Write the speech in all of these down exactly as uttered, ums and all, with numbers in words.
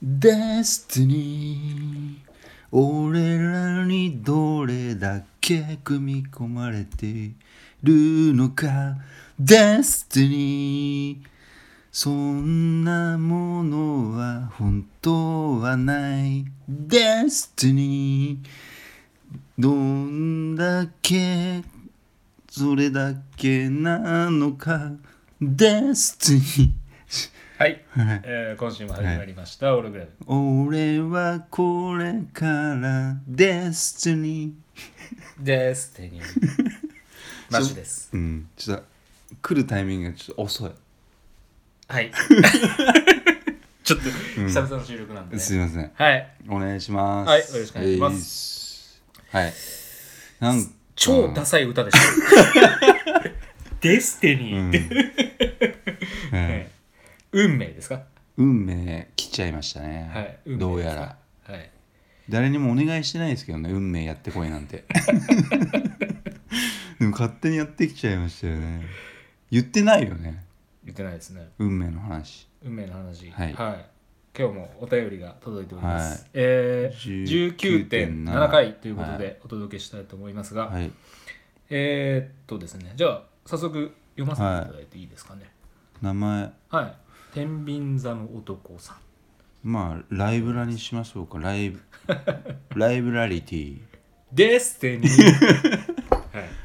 デスティニー俺らにどれだけ組み込まれているのかデスティニーそんなものは本当はないデスティニーどんだけそれだけなのかデスティニーはい、はいえー、今週も始まりました、はい、オログラム俺はこれからデスティニーデスティニーマッシュです、 うん、ちょっと来るタイミングがちょっと遅いはいちょっと久々の収録なんで、ねうん、すいませんはいお願いしますはいよろしくお願いします、 えー、はいなん超ダサい歌でしょデスティニーって、うんはい運命ですか運命来ちゃいましたね、 はい、運命どうやら、 はい、 誰にもお願いしてないですけどね運命やってこいなんてでも勝手にやってきちゃいましたよね言ってないよね言ってないですね運命の話運命の話はい、 はい、今日もお便りが届いております、 はいえー、じゅうきゅうてんなな 回ということでお届けしたいと思いますが、 はい、 えー、っとですねじゃあ早速読ませていただいていいですかね、はい、 名前はい天秤座の男さんまあライブラにしましょうかライブライブラリティデスティニー、はいはい、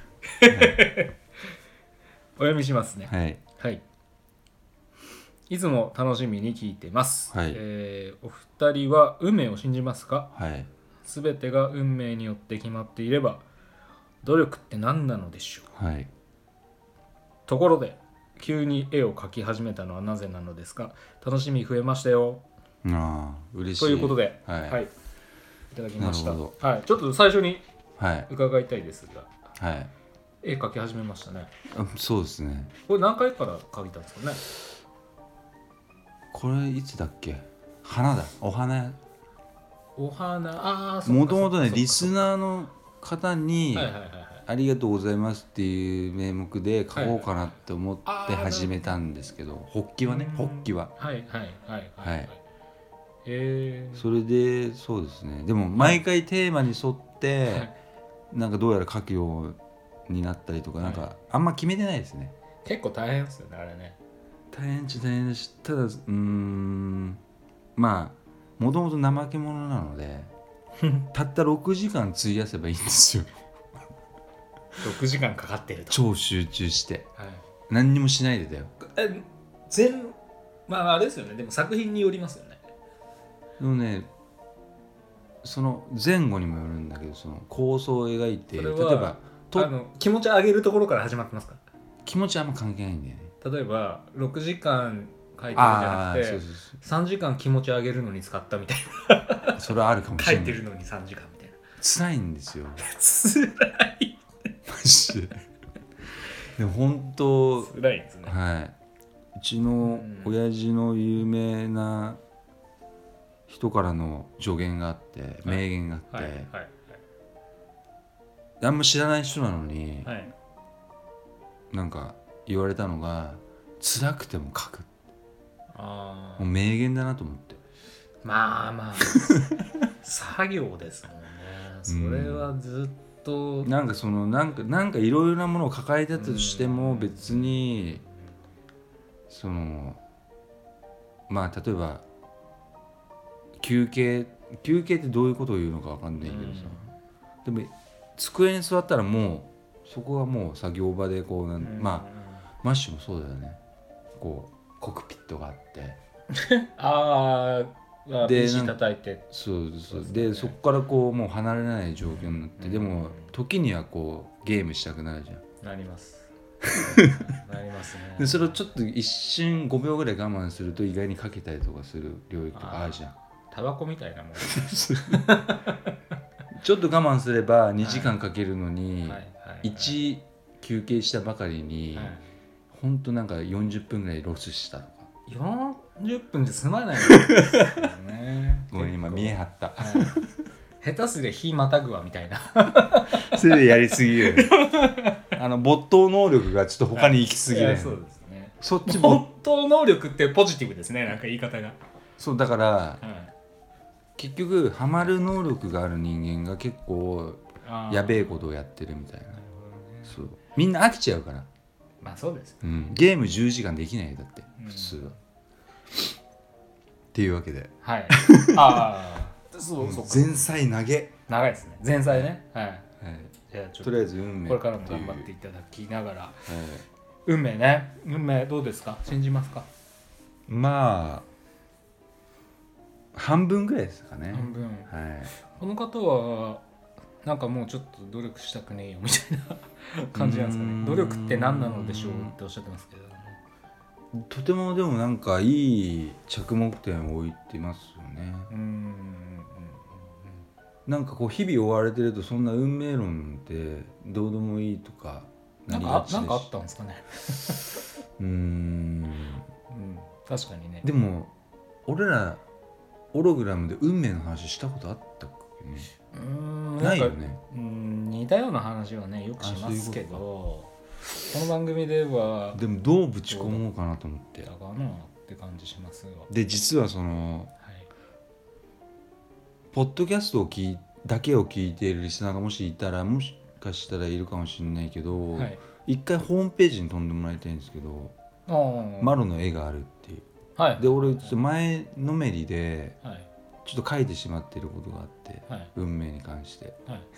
お読みしますねはい、 はい、いつも楽しみに聞いてます、 はいえー、お二人は運命を信じますか？ はい、 全てが運命によって決まっていれば努力って何なのでしょう、はい、 ところで急に絵を描き始めたのはなぜなのですか？楽しみ増えましたよ。 ああ嬉しいということで、 はいはい、いただきました。 なるほど、はい、ちょっと最初にはい伺いたいですが、 はい、 絵描き始めましたね。 そうですね。 これ何回から描いたんですかね？ これいつだっけ？花だ。お花。 お花。ああ、 もともとねリスナーの方に、 はいはいはいはい、 ありがとうございますっていう名目で書こうかなって思って始めたんですけど、発起はね、発起は。 はいはいはいはい。はい、 えー、それでそうですね。でも毎回テーマに沿って、はい、なんかどうやら書くようになったりとか、はい、なんかあんま決めてないですね。 結構大変ですよねあれね。 大変っちゃ大変だし、ただうーんまあもともと怠け者なのでたったろくじかん費やせばいいんですよろくじかんかかってると超集中して、 はい、 何にもしないでだよ。 え全まああれですよね。でも作品によりますよね。 でもねその前後にもよるんだけど、その構想を描いて、例えばとあの気持ち上げるところから始まってますか？ 気持ちはあんま関係ないんだよね。 例えばろくじかん書いてるんじゃなくて、そうそうそう、さんじかん気持ち上げるのに使ったみたいなそれはあるかもしれない。 書いてるのにさんじかんみたいな。 辛いんですよ辛いマジででも本当辛いですね。 はい、うちの親父の有名な人からの助言があって、はい、名言があって、はいはいはい、あんま知らない人なのに、はい、なんか言われたのが辛くても書く。あもう名言だなと思って。 まあまあ作業ですもんねそれはずっと、 うん、なんかそのなんかなんかいろいろなものを抱えたとしても別にそのまあ例えば休憩休憩ってどういうことを言うのか分かんないけどさ、うん、でも机に座ったらもうそこはもう作業場でこうなん、うん、まあマッシュもそうだよね。こうコックピットがあってああで ピーシー 叩いてそうそう、でそこからこうもう離れない状況になって、うん、でも時にはこうゲームしたくなるじゃん。 なりますなりますね。 でそれをちょっと一瞬ごびょうぐらい我慢すると意外にかけたりとかする領域とかあるじゃん。 タバコみたいなもんちょっと我慢すればにじかんかけるのに、はいはいはいはい、いち休憩したばかりに、はい、ほんとなんかよんじゅっぷんぐらいロスしたとか。 よんじゅっぷんで済まないですよねごめん今見え張った、はい、 下手すりゃ火またぐわみたいなそれでやりすぎるあの没頭能力がちょっと他に行きすぎる、はい、 そうですね。 そっち没頭能力ってポジティブですね。なんか言い方がそうだから、 はい、 結局ハマる能力がある人間が結構やべえことをやってるみたいな。なるほどね。そうみんな飽きちゃうから。 まあそうです、 うん、ゲームじゅうじかんできないよだって普通は、うん、っていうわけではいああそうそう前菜投げ長いですね前菜ねはい、はい、 じゃあちょっととりあえず運命これからも頑張っていただきながら、はい、運命ね運命どうですか信じますか？ まあ半分ぐらいですかね。 半分、 はい、 この方はなんかもうちょっと努力したくねえよみたいな感じなんですかね。努力って何なのでしょうっておっしゃってますけど、 とてもでもなんかいい着目点を置いてますよね。うーんなんかこう日々追われてるとそんな運命論ってどうでもいいとかなりがちですし、 なんかあったんですかねうーん、うん、 確かにね。 でも俺らオログラムで運命の話したことあったっけね。 うーんないよね。 うーん似たような話はねよくしますけど、この番組ではでもどうぶち込もうかなと思ってだかなって感じしますよ。 で実はその、はい、ポッドキャストを聞いだけを聞いているリスナーがもしいたらもしかしたらいるかもしれないけど、はい、一回ホームページに飛んでもらいたいんですけど、マロの絵があるっていう、はい、で俺ちょっと前のめりで、はい、ちょっと書いてしまっていることがあって、はい、運命に関して、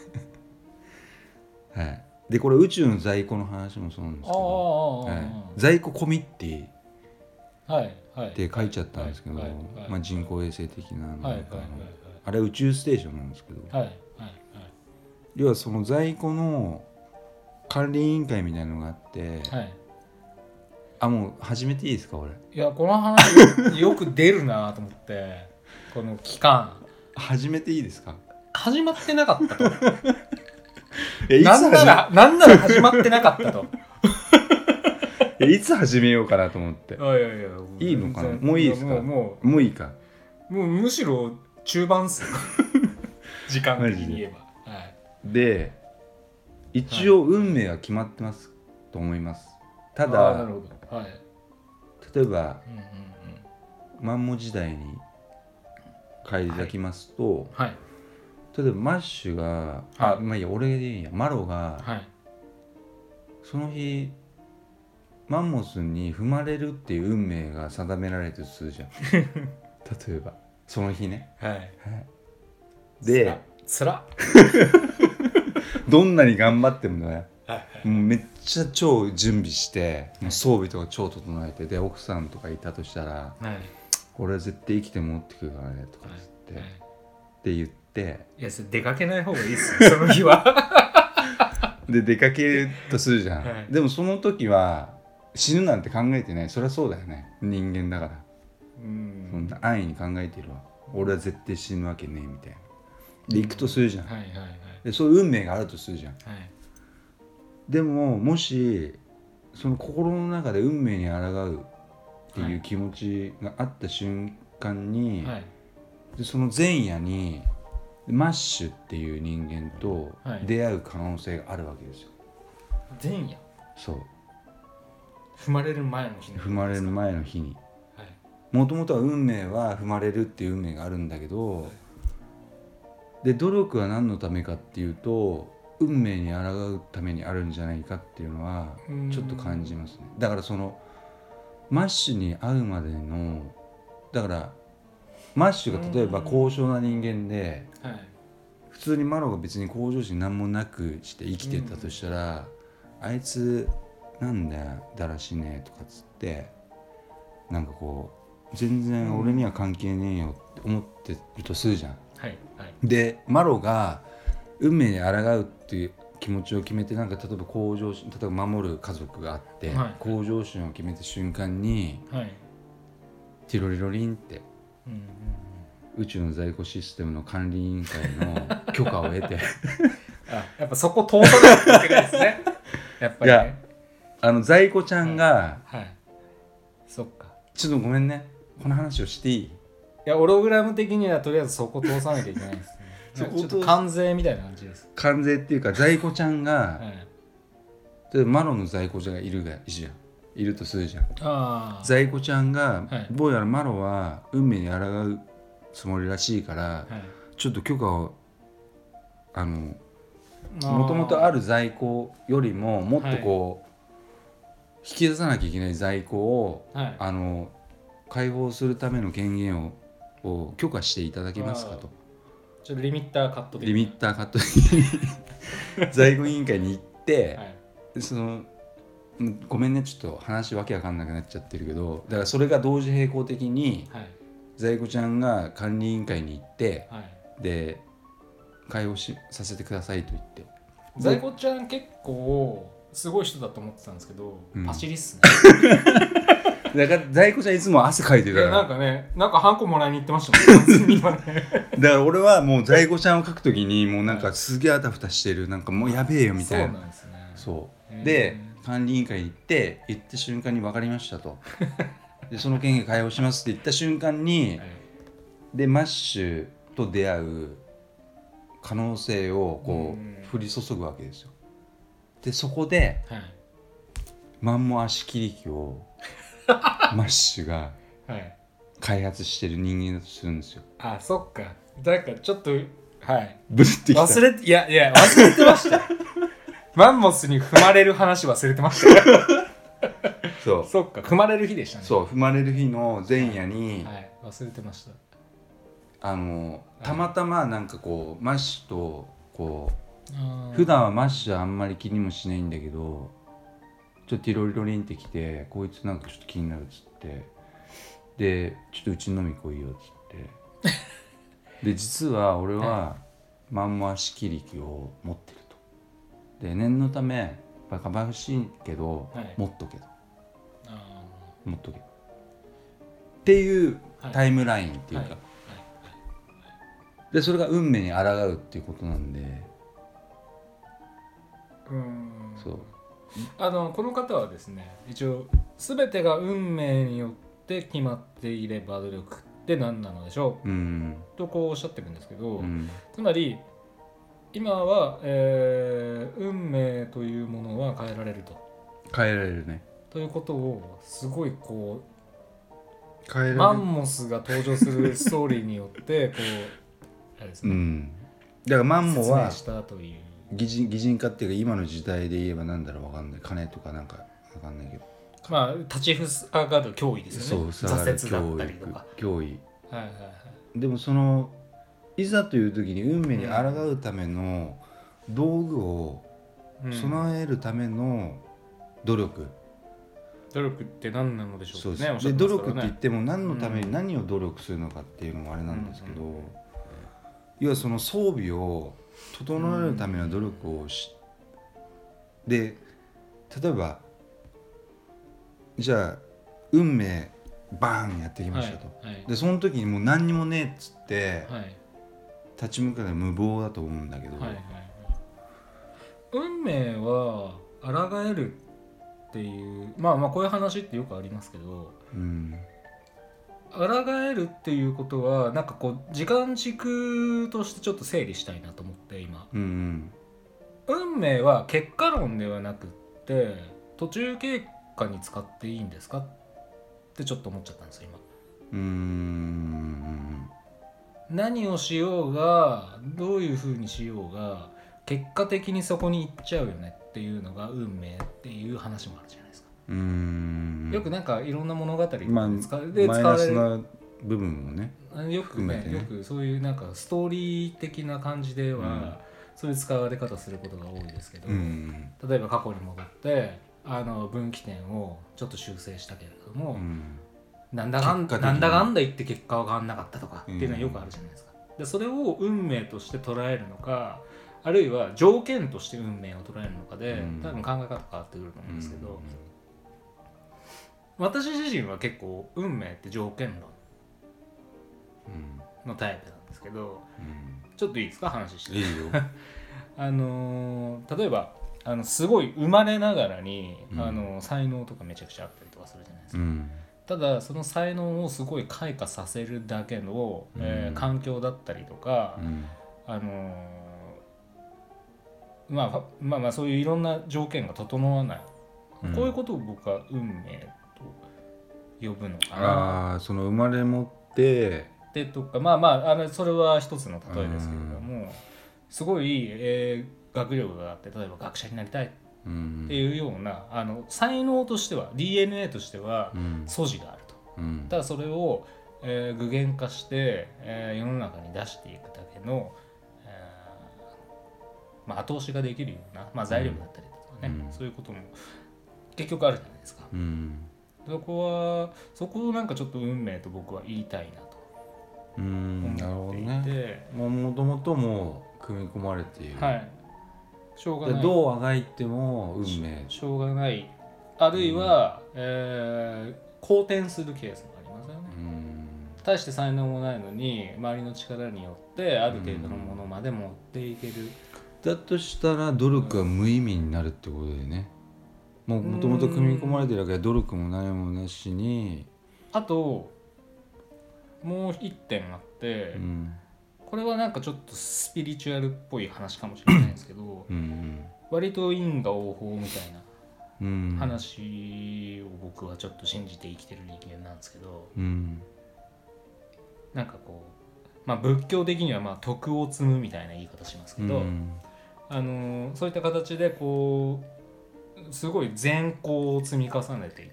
はいはい、でこれ宇宙の在庫の話もそうなんですけど、はい、在庫コミッティって書いちゃったんですけど、まあ、人工衛星的なの、はいはいはいはい、あれ宇宙ステーションなんですけど、はいはいはい、要はその在庫の管理委員会みたいなのがあって、はい、あもう始めていいですか俺。 いやこの話よく出るなと思ってこの期間始めていいですか？ 始まってなかったとなんならなんなら始まってなかったとい, いつ始めようかなと思って。いやいやいやいいのかな。もういいですか？もうもうもういいか。 もうむしろ中盤っすよ時間的に言えば、はい、で一応運命は決まってますと思います。ただ、 はい、なるほど、はい、 例えば、うんうんうん、マンモ時代に帰り咲きますと、はいはい、例えばマッシュが、はい、あまあいいや俺でいいやマロが、はい、その日マンモスに踏まれるっていう運命が定められてるとするじゃん例えばその日ね、はいはい、でつらどんなに頑張ってもね、はいはい、もうめっちゃ超準備して、はい、装備とか超整えてで奥さんとかいたとしたら、はい、俺は絶対生きて戻ってくるからねとかつって、はいはい、って言っていやそれ出かけない方がいいっすよその日はで出かけるとするじゃん、はい、でもその時は死ぬなんて考えてない。そりゃそうだよね人間だから。うんそんな安易に考えてるわ。俺は絶対死ぬわけねえみたいなで行くとするじゃん、はいはいはい、でそういう運命があるとするじゃん、はい、でももしその心の中で運命に抗うっていう気持ちがあった瞬間に、はい、でその前夜にマッシュっていう人間と出会う可能性があるわけですよ。 前夜？ そう踏まれる前の日に踏まれる前の日にもともとは運命は踏まれるっていう運命があるんだけど、はい、で努力は何のためかっていうと運命に抗うためにあるんじゃないかっていうのはちょっと感じますね。だからそのマッシュに会うまでのだからマッシュが例えば高尚な人間で、はい、普通にマロが別に向上心何もなくして生きてたとしたら、あいつなんだよだらしねえとかっつってなんかこう全然俺には関係ねえよって思ってるとするじゃん、はいはい、でマロが運命に抗うっていう気持ちを決めてなんか例えば向上心例えば守る家族があって、はい、向上心を決めた瞬間に、はい、ティロリロリンって、うんうんうん、宇宙の在庫システムの管理委員会の許可を得てあやっぱそこ通さないといけないですねやっぱりね。いやあの在庫ちゃんが、 はいはい、そっかちょっとごめんねこの話をしていい？いやオログラム的にはとりあえずそこ通さなきゃいけないですねちょっと関税みたいな感じです。 関税っていうか在庫ちゃんが、はい、例えばマロの在庫ちゃんがいるがいるじゃんいるとするじゃん。あ在庫ちゃんが、はい、どうやらマロは運命に抗うつもりらしいから、 はい、 ちょっと許可をあのあもともとある在庫よりももっとこう、はい、引き出さなきゃいけない在庫を、はい、あの解放するための権限をを許可していただけますかと。 ちょっとリミッターカットでリミッターカットで在庫委員会に行って、はい、そのごめんねちょっと話わけわかんなくなっちゃってるけど、だからそれが同時並行的に、はい、在庫ちゃんが管理委員会に行って、はい、で解放しさせてくださいと言って、 在庫ちゃん結構すごい人だと思ってたんですけど、うん、パシリっすねだから在庫ちゃんいつも汗かいてるからなんかねなんかハンコもらいに行ってましたもんねだから俺はもう在庫ちゃんを書くときにもうなんかすげえあたふたしてる、なんかもうやべえよみたいな。 そうなんですね。 そうで管理委員会に行って行った瞬間に分かりましたとでその権限解放しますって言った瞬間に、はい、でマッシュと出会う可能性をこう降り注ぐわけですよ。でそこで、はい、マンモ足切り機をマッシュが開発してる人間だとするんですよ。 あ、そっか。だからちょっとはいブルってきた。 忘れていやいや忘れてましたマンモスに踏まれる話忘れてましたそうそっか、踏まれる日でしたね。 そう、踏まれる日の前夜に、 はい、忘れてました。 あのたまたまなんかこうマッシュとこう普段はマッシュはあんまり気にもしないんだけどちょっとティロリロリンってきてこいつなんかちょっと気になるっつってでちょっとうち飲み来いよっつってで実は俺はマンモ足切り機を持ってると。で念のためやっぱかば欲しいけど、はい、持っとけとあ持っとけっていうタイムラインっていうか、はいはいでそれが運命に抗うっていうことなんで、 うーんそうあのこの方はですね一応全てが運命によって決まっていれば努力って何なのでしょう、うん、とこうおっしゃってるんですけど、うん、つまり今は、えー、運命というものは変えられると変えられるねということをすごいこう変えられるマンモスが登場するストーリーによってこうあれですね、うん、 だからマンモはしたという擬人、擬人化っていうか今の時代で言えばなんだろう分かんない金とかなんか分かんないけどまあ立ちふさがる脅威ですよね。そう挫折だったりとか脅威、はいはいはい、でもそのいざという時に運命に抗うための道具を備えるための努力、うん、 努力って何なのでしょうかね。そうですで努力って言っても何のために何を努力するのかっていうのもあれなんですけど、うんうんうん、要はその装備を整えるための努力をし、うん、で例えばじゃあ運命バーンやってきましたと、はいはい、でその時にもう何にもねえっつって、はい、立ち向かうのは無謀だと思うんだけど、はいはいはい、 運命は抗えるっていうまあまあこういう話ってよくありますけど、うん、抗えるっていうことはなんかこう時間軸としてちょっと整理したいなと思って今、うんうん、運命は結果論ではなくって途中経過に使っていいんですかってちょっと思っちゃったんですよ今。うーん何をしようがどういう風にしようが結果的にそこに行っちゃうよねっていうのが運命っていう話もあるじゃないですか。うーんよくなんかいろんな物語で使,、まあ、で使われるマイナスな部分もねよくね、ねよくそういうなんかストーリー的な感じでは、うん、そういう使われ方することが多いですけど、例えば過去に戻ってあの分岐点をちょっと修正したけれども、うん、なんだかんだなんだかんだ言って結果は変わんなかったとかっていうのはよくあるじゃないですか。でそれを運命として捉えるのかあるいは条件として運命を捉えるのかで、うん、多分考え方変わってくると思うんですけど、うん、私自身は結構運命って条件論のタイプなんですけど、うん、ちょっといいですか話して。いいよあのー、例えばあのすごい生まれながらに、うん、あの才能とかめちゃくちゃあったりとかするじゃないですか、うん、ただその才能をすごい開花させるだけの、うんえー、環境だったりとか、うん、あのー、まあ、まあまあそういういろんな条件が整わない、うん、こういうことを僕は運命と呼ぶのかな。 ああその生まれ持ってってとか、まあまあ、あのそれは一つの例えですけれども、すごい、えー、学力があって例えば学者になりたいっていうようなあの才能としては ディーエヌエー としては素地があると、うん、ただそれを、えー、具現化して、えー、世の中に出していくだけの、えーまあ、後押しができるような、まあ、財力だったりとかね、うん、そういうことも結局あるじゃないですか、うん、そこはそこをなんかちょっと運命と僕は言いたいなと思っていて、うん、なるほどね。 もともともう組み込まれている、 はい、しょうがない、 どうあがいても運命し, しょうがないあるいは、うんえー、好転するケースもありますよね、うん、大して才能もないのに周りの力によってある程度のものまで持っていける、 うん、だとしたら努力は無意味になるってことでね、もともと組み込まれてるわけで努力も何もなしに、 あともう一点あって、うん、これはなんかちょっとスピリチュアルっぽい話かもしれないんですけど、うんうん、割と因果応報みたいな話を僕はちょっと信じて生きてる人間なんですけど、うん、なんかこう、まあ、仏教的にはまあ徳を積むみたいな言い方しますけど、うん、あのそういった形でこうすごい善行を積み重ねていって、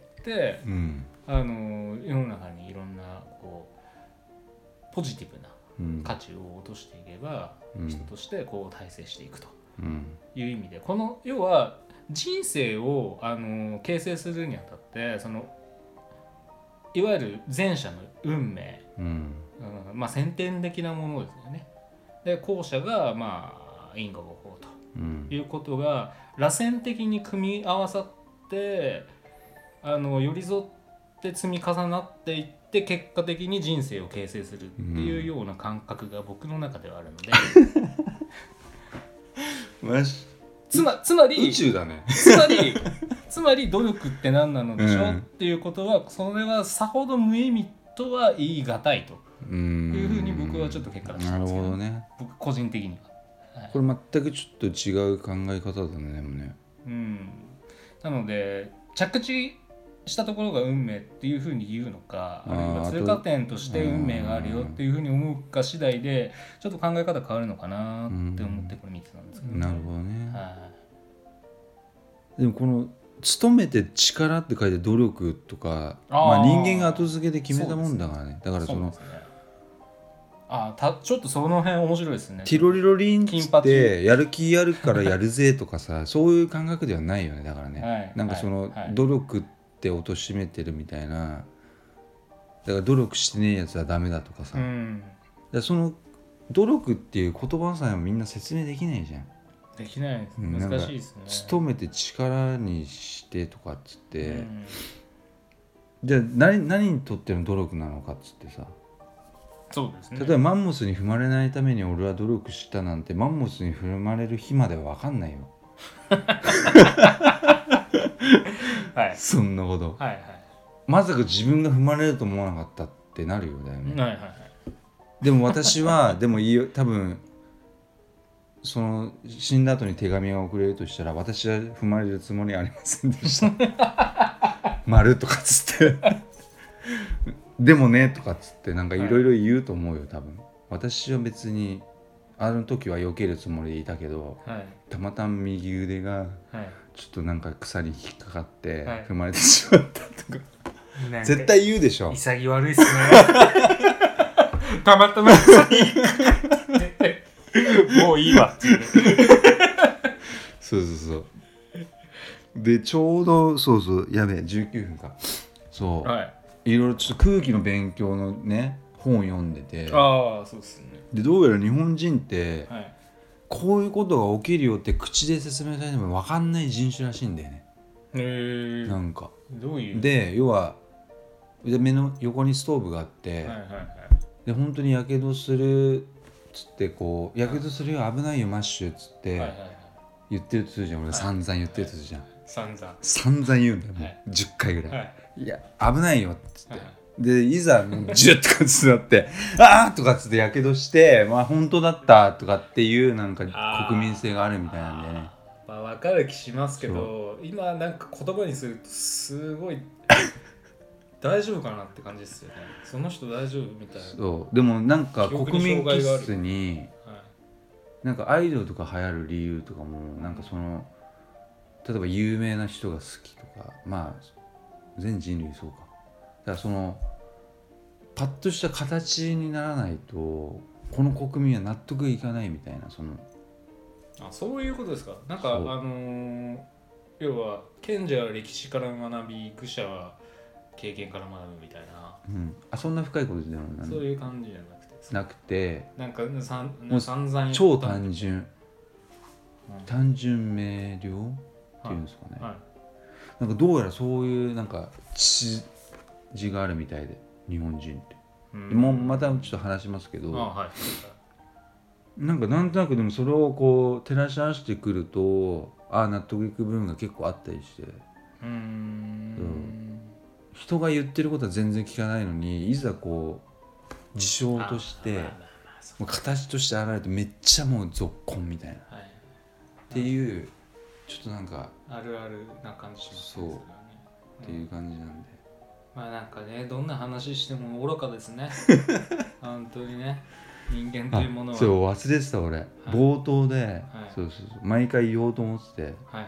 うん、あの世の中にいろんなこうポジティブな価値を落としていけば、うん、人としてこう大成していくという意味で、この要は人生をあの形成するにあたってそのいわゆる前者の運命、うんうんまあ、先天的なものですよね。で後者がまあ因果応報ということが螺旋的に組み合わさってあの寄り添って積み重なっていってで結果的に人生を形成するっていうような感覚が僕の中ではあるので、 うん、 つ, まつまり宇宙だねつまりつまり努力って何なのでしょ、うん、っていうことはそれはさほど無意味とは言い難いというふうに僕はちょっと結果出してますけど、なるほどね、僕個人的には、はい、 これ全くちょっと違う考え方だね。でもね、 うん、なので着地したところが運命っていう風に言うのか、あるいは通過点として運命があるよっていう風に思うか次第でちょっと考え方変わるのかなって思ってこれ見てたんですけど、ね、 なるほどね、はい、でもこの勤めて力って書いて努力とか、あ、まあ、人間が後付けで決めたもんだから ね, だからそのあたちょっとその辺面白いですね。 ティロリロリンってやる気やるからやるぜとかさそういう感覚ではないよね。だからね、はい、なんかその、はい、努力って貶めてるみたいな、だから努力してねえやつはダメだとかさ、うん、だからその努力っていう言葉さえもみんな説明できないじゃん。 できないです、難しいですね。 勤めて力にしてとかっつって、うん、じゃあ 何, 何にとっての努力なのかっつってさ、 そうですね、 例えばマンモスに踏まれないために俺は努力したなんてマンモスに踏まれる日までは分かんないよはい、そんなこと、はいはい、まさか自分が踏まれると思わなかったってなるよだよね、はいはいはい、でも私はでもいいよ、多分その死んだ後に手紙が送れるとしたら私は踏まれるつもりはありませんでした丸とかっつってでもねとかっつってなんかいろいろ言うと思うよ多分。私は別にあの時は避けるつもりでいたけど、はい、たまたま右腕がちょっとなんか草に引っかかって踏まれてしまったとか、はい、絶対言うでしょ。 潔悪いっすねたまたま草に引っかかってもういいわってそうそうそうでちょうどそうそうやべえじゅうきゅうふんかそう、はい、いろいろちょっと空気の勉強のね本を読んでて、 ああそうですね。 でどうやら日本人って、はい、こういうことが起きるよって口で説明されても分かんない人種らしいんだよね。へえ。なんかどういうで要は目の横にストーブがあって、はいはいはい、で本当にやけどするつってこうやけどするよ危ないよマッシュっつって、はいはいはい、言ってるとするじゃん。俺散々言ってるとするじゃん、はい、散々散々言うんだよ、もう、はい、じゅっかいぐらい、はい、いや危ないよっつって、はい、でいざもうジュッとかつなってあーとかつってやけどしてまあ本当だったとかっていうなんか国民性があるみたいなんでね。 まあ分かる気しますけど今なんか言葉にするとすごい大丈夫かなって感じですよね。その人大丈夫みたいな。 そうでもなんか国民気質に、はい、なんかアイドルとか流行る理由とかもなんかその例えば有名な人が好きとか、まあ全人類そうか。だからそのパッとした形にならないとこの国民は納得いかないみたいな、そのあそういうことですか。なんかあのー、要は賢者は歴史から学び、愚者は経験から学ぶみたいな、 うん、あそんな深いことじゃない。 そういう感じじゃなくてなくてなんかさんもう散々言った超単純、うん、単純明瞭っていうんですかね、はいはい、なんかどうやらそういうなんか血字があるみたいで日本人って、うん、もうまたちょっと話しますけど、あ、はい、なんかなんとなくでもそれをこう照らし合わせてくるとああ納得いく部分が結構あったりして、うーん、うん、人が言ってることは全然聞かないのにいざこう事象としてもう形として現れるとめっちゃもうぞっこんみたいな、はい、っていうちょっとなんかあるあるな感じしますね。 そう、っていう感じなんで、 まあなんかねどんな話しても愚かですね本当にね人間というものは。 そう忘れてた俺、はい、冒頭で、はい、そうそうそう毎回言おうと思ってて、はい、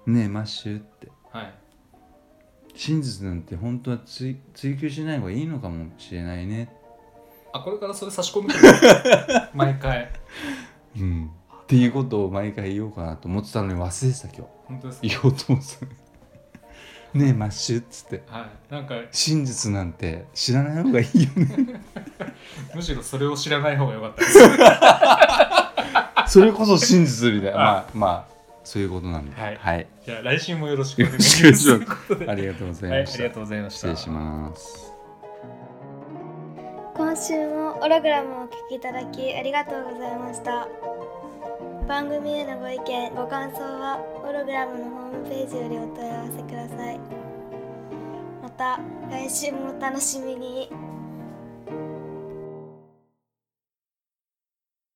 ねえマッシュって、はい、真実なんて本当は追求しない方がいいのかもしれないね。 あこれからそれ差し込みた毎回、 うん、っていうことを毎回言おうかなと思ってたのに忘れてた今日。 本当ですか。 言おうと思ってたねえマッシュっつって、 はい、なんか真実なんて知らない方がいいよねむしろそれを知らない方が良かったですそれこそ真実みたいな、まあまあそういうことなんで、 はい、 はい、 じゃあ来週もよろしくお願いしますありがとうございました、はい、 ありがとうございました。 失礼します。 今週もオログラムをお聞きいただきありがとうございました。番組へのご意見ご感想はオログラムのホームページよりお問い合わせください。また来週もお楽しみに。